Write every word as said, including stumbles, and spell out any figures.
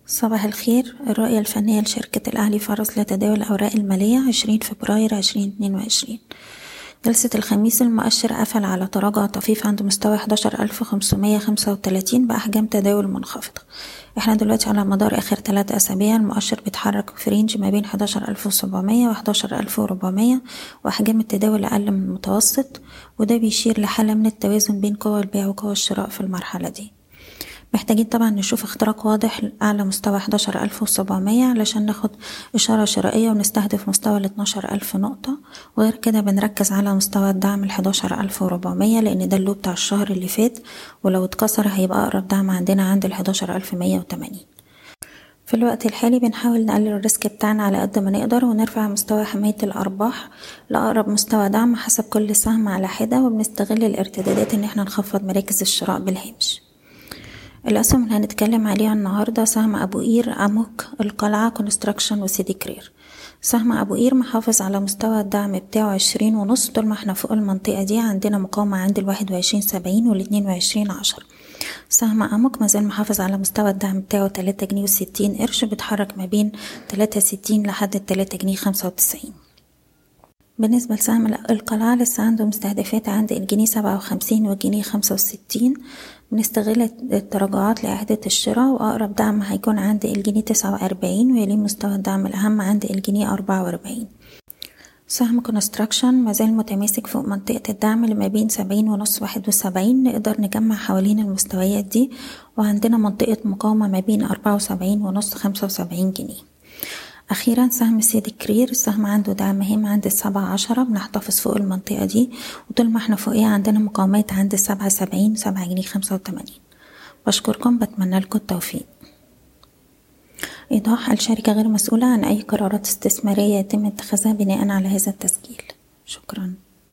صباح الخير. الرؤية الفنية لشركة الأهلي فرص لتداول الأوراق المالية عشرين فبراير عشرين اتنين وعشرين. جلسة الخميس المؤشر قفل على تراجع طفيف عند مستوى حداشر ألف وخمسمية وخمسة وتلاتين بأحجام تداول منخفضة. احنا دلوقتي على مدار آخر ثلاثة أسابيع المؤشر بيتحرك في رينج ما بين حداشر ألف وسبعمية وحداشر ألف وربعمية، وأحجام التداول أقل من المتوسط، وده بيشير لحالة من التوازن بين قوى البيع وقوى الشراء في المرحلة دي. محتاجين طبعا نشوف اختراق واضح على مستوى حداشر ألف وسبعمية علشان ناخد إشارة شرائية ونستهدف مستوى ال اتناشر ألف نقطة، وغير كده بنركز على مستوى الدعم ال حداشر ألف وربعمية لأن ده اللو بتاع الشهر اللي فات، ولو اتكسر هيبقى أقرب دعم عندنا عند ال حداشر ألف ومية وتمانين. في الوقت الحالي بنحاول نقلل الريسك بتاعنا على قد ما نقدر ونرفع مستوى حماية الأرباح لأقرب مستوى دعم حسب كل سهم على حدة، وبنستغل الارتدادات ان احنا نخفض مراكز الشراء بالهامش. الأسهم اللي هنتكلم عليها النهاردة سهم أبو قير، أموك، القلعة، كونستراكشن، وسيدي كرير. سهم أبو قير محافظ على مستوى الدعم بتاعه عشرين ونص، طول ما احنا فوق المنطقة دي عندنا مقاومة عند الواحد وعشرين سبعين والاتنين وعشرين عشرة. سهم أموك مازال محافظ على مستوى الدعم بتاعه تلاتة جنيه وستين قرش، بتحرك ما بين تلاتة ستين لحد تلاتة جنيه خمسة وتسعين. بالنسبة لسهم القلعة لسه عنده مستهدفات عند الجنيه سبعة وخمسين والجنيه خمسة وستين. بنستغل التراجعات لإعادة الشراء، وأقرب دعم هيكون عند الجنيه تسعة وأربعين، ويليه مستوى الدعم الأهم عند الجنيه أربعة وأربعين. سهم كونستراكشن مازال متماسك فوق منطقة الدعم اللي ما بين سبعين ونص واحد وسبعين، نقدر نجمع حوالين المستويات دي، وعندنا منطقة مقاومة ما بين أربعة وسبعين ونص خمسة وسبعين جنيه. أخيرا سهم سيدي كرير، السهم عنده دعم هام عند السبعة عشرة، بنحتفظ فوق المنطقة دي، وطول ما احنا فوقيها عندنا مقاومات عند السبعة سبعين سبعة جنيه خمسة وتمانين. بشكركم، بتمنى لكم التوفيق. إيضاح: الشركة غير مسؤولة عن أي قرارات استثمارية يتم اتخاذها بناء على هذا التسجيل. شكرا.